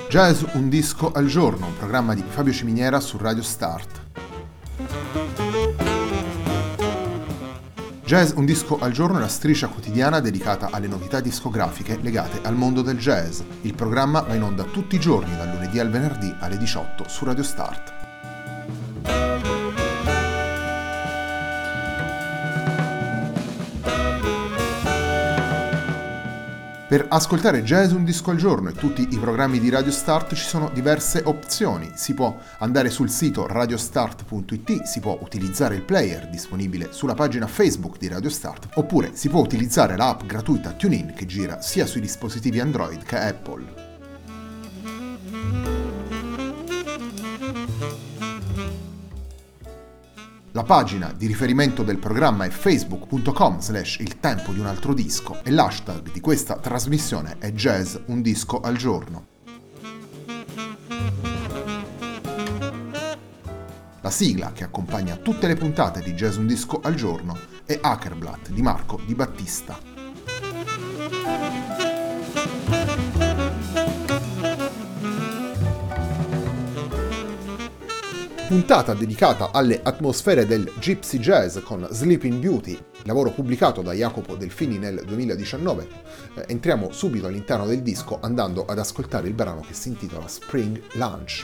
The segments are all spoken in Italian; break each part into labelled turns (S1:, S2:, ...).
S1: Jazz un disco al giorno, un programma di Fabio Ciminiera su Radio Start. Jazz un disco al giorno è una striscia quotidiana dedicata alle novità discografiche legate al mondo del jazz. Il programma va in onda tutti i giorni, dal lunedì al venerdì alle 18 su Radio Start. Per ascoltare Jazz un disco al giorno e tutti i programmi di Radio Start ci sono diverse opzioni. Si può andare sul sito radiostart.it, si può utilizzare il player disponibile sulla pagina Facebook di Radio Start, oppure si può utilizzare l'app gratuita TuneIn che gira sia sui dispositivi Android che Apple. La pagina di riferimento del programma è facebook.com/il tempo di un altro disco e l'hashtag di questa trasmissione è Jazz un disco al giorno. La sigla che accompagna tutte le puntate di Jazz un disco al giorno è Akerblatt di Marco Di Battista. Puntata dedicata alle atmosfere del Gypsy Jazz con Sleeping Beauty, lavoro pubblicato da Jacopo Delfini nel 2019. Entriamo subito all'interno del disco andando ad ascoltare il brano che si intitola Spring Lunch.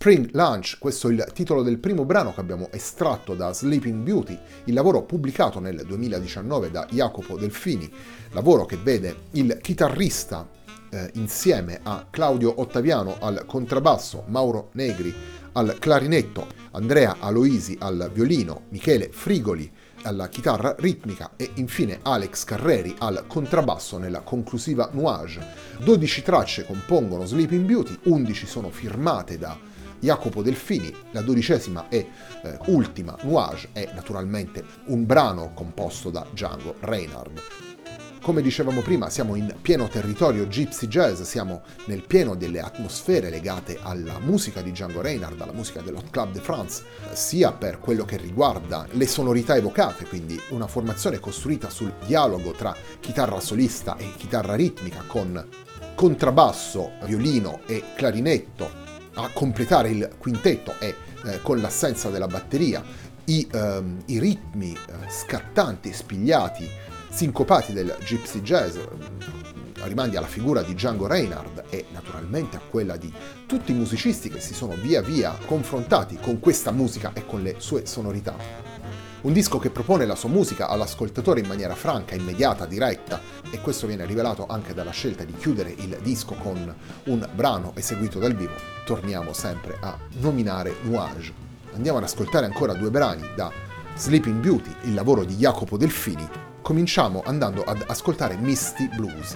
S1: Spring Lunch, questo è il titolo del primo brano che abbiamo estratto da Sleeping Beauty, il lavoro pubblicato nel 2019 da Jacopo Delfini, lavoro che vede il chitarrista insieme a Claudio Ottaviano al contrabbasso, Mauro Negri al clarinetto, Andrea Aloisi al violino, Michele Frigoli alla chitarra ritmica e infine Alex Carreri al contrabbasso nella conclusiva Nuage. 12 tracce compongono Sleeping Beauty, 11 sono firmate da Jacopo Delfini, la 12ª e ultima Nuage è naturalmente un brano composto da Django Reinhardt. Come dicevamo prima, siamo in pieno territorio gypsy jazz, siamo nel pieno delle atmosfere legate alla musica di Django Reinhardt, alla musica dell'Hot Club de France, sia per quello che riguarda le sonorità evocate, quindi una formazione costruita sul dialogo tra chitarra solista e chitarra ritmica con contrabbasso, violino e clarinetto a completare il quintetto e con l'assenza della batteria, i ritmi scattanti, spigliati, sincopati del gypsy jazz, rimandi alla figura di Django Reinhardt e naturalmente a quella di tutti i musicisti che si sono via via confrontati con questa musica e con le sue sonorità. Un disco che propone la sua musica all'ascoltatore in maniera franca, immediata, diretta, e questo viene rivelato anche dalla scelta di chiudere il disco con un brano eseguito dal vivo. Torniamo sempre a nominare Nuage. Andiamo ad ascoltare ancora 2 brani da Sleeping Beauty, il lavoro di Jacopo Delfini. Cominciamo andando ad ascoltare Misty Blues.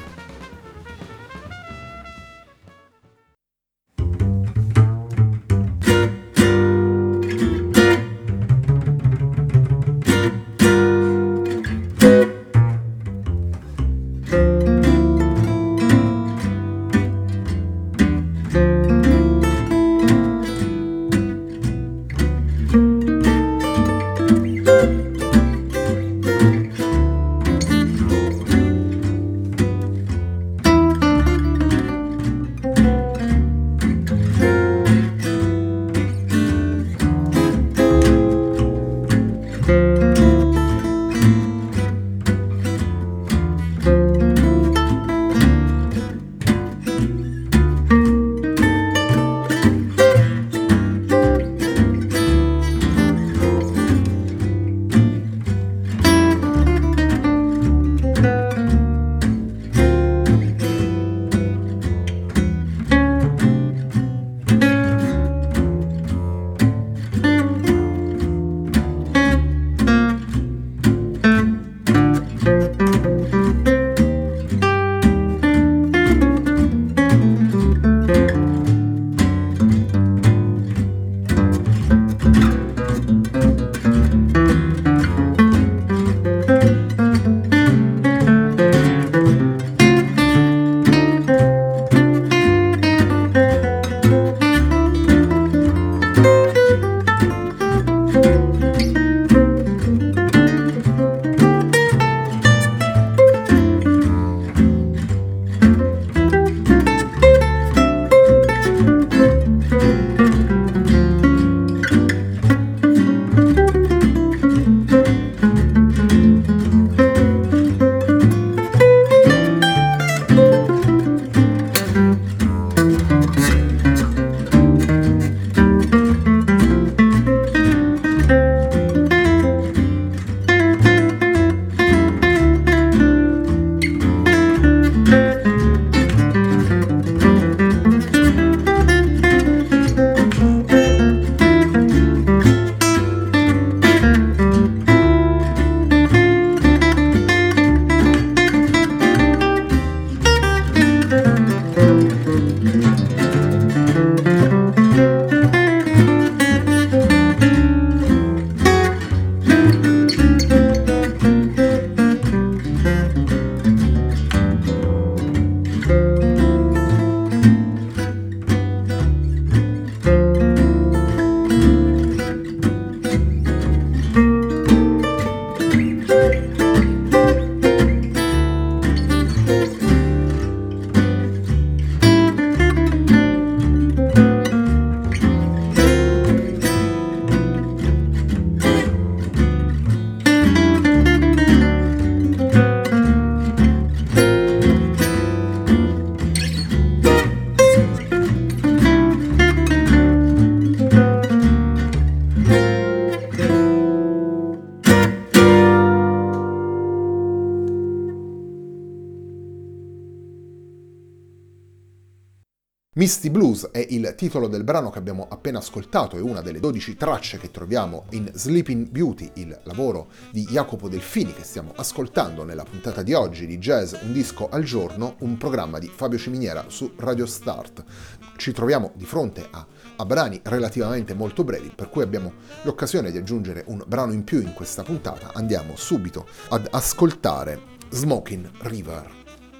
S1: Misty Blues è il titolo del brano che abbiamo appena ascoltato, è una delle 12 tracce che troviamo in Sleeping Beauty, il lavoro di Jacopo Delfini che stiamo ascoltando nella puntata di oggi di Jazz Un Disco al Giorno, un programma di Fabio Ciminiera su Radio Start. Ci troviamo di fronte a brani relativamente molto brevi, per cui abbiamo l'occasione di aggiungere un brano in più in questa puntata. Andiamo subito ad ascoltare Smoking River.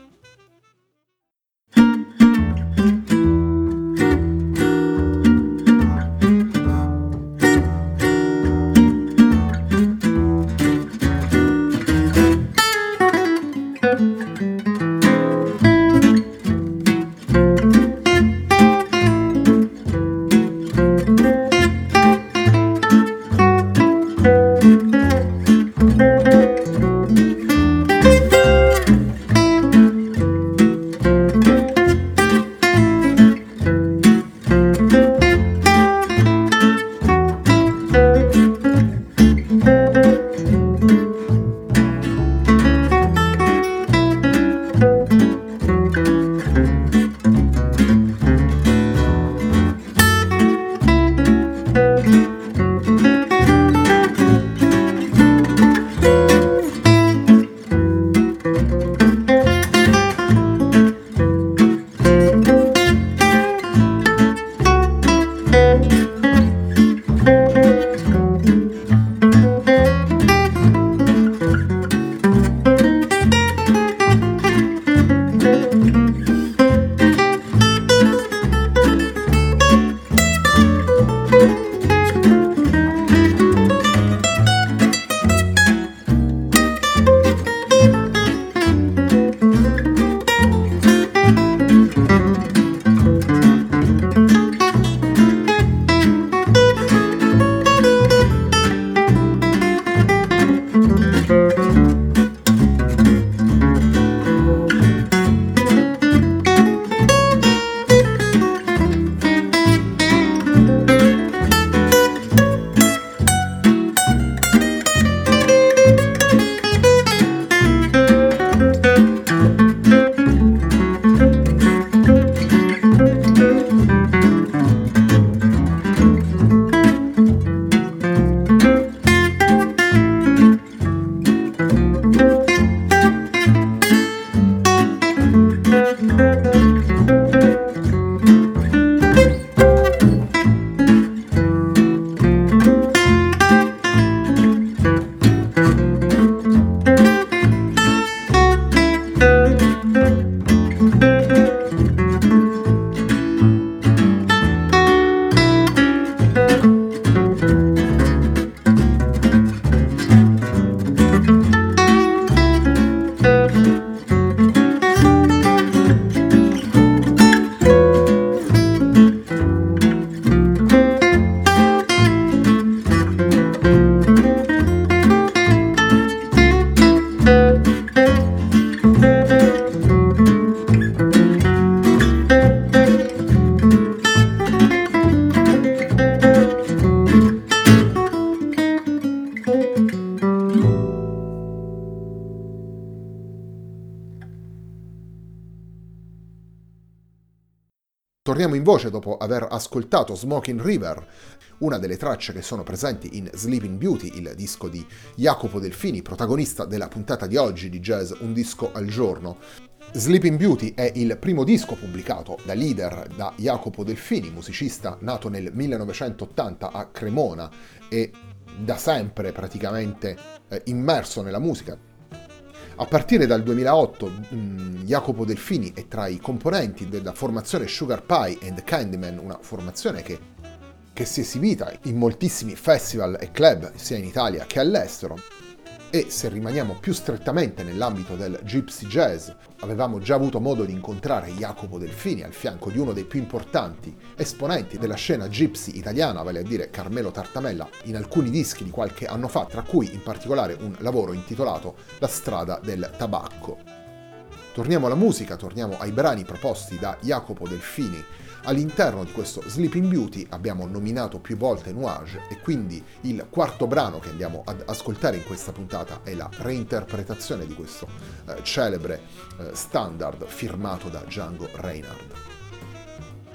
S1: Torniamo in voce dopo aver ascoltato Smoking River, una delle tracce che sono presenti in Sleeping Beauty, il disco di Jacopo Delfini, protagonista della puntata di oggi di Jazz Un Disco al Giorno. Sleeping Beauty è il primo disco pubblicato da leader, da Jacopo Delfini, musicista nato nel 1980 a Cremona e da sempre praticamente immerso nella musica. A partire dal 2008 Jacopo Delfini è tra i componenti della formazione Sugar Pie and Candyman, una formazione che si è esibita in moltissimi festival e club sia in Italia che all'estero. E se rimaniamo più strettamente nell'ambito del gypsy jazz, avevamo già avuto modo di incontrare Jacopo Delfini al fianco di uno dei più importanti esponenti della scena gypsy italiana, vale a dire Carmelo Tartamella, in alcuni dischi di qualche anno fa, tra cui in particolare un lavoro intitolato La strada del tabacco. Torniamo alla musica, torniamo ai brani proposti da Jacopo Delfini. All'interno di questo Sleeping Beauty abbiamo nominato più volte Nuage e quindi il quarto brano che andiamo ad ascoltare in questa puntata è la reinterpretazione di questo celebre standard firmato da Django Reinhardt.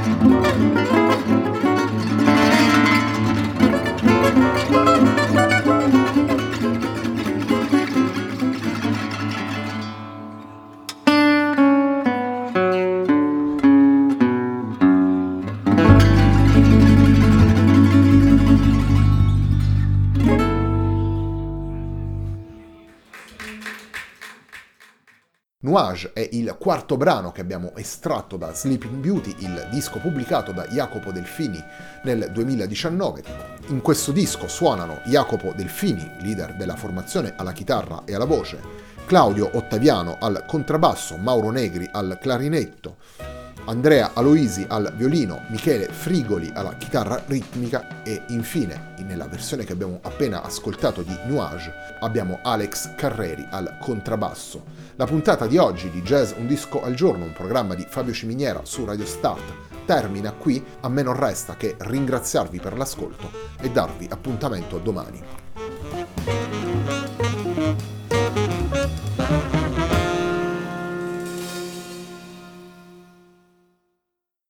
S1: Nuage è il quarto brano che abbiamo estratto da Sleeping Beauty, il disco pubblicato da Jacopo Delfini nel 2019. In questo disco suonano Jacopo Delfini, leader della formazione, alla chitarra e alla voce, Claudio Ottaviano al contrabbasso, Mauro Negri al clarinetto, Andrea Aloisi al violino, Michele Frigoli alla chitarra ritmica e infine, nella versione che abbiamo appena ascoltato di Nuage, abbiamo Alex Carreri al contrabbasso. La puntata di oggi di Jazz Un Disco al Giorno, un programma di Fabio Ciminiera su Radio Start, termina qui. A me non resta che ringraziarvi per l'ascolto e darvi appuntamento a domani.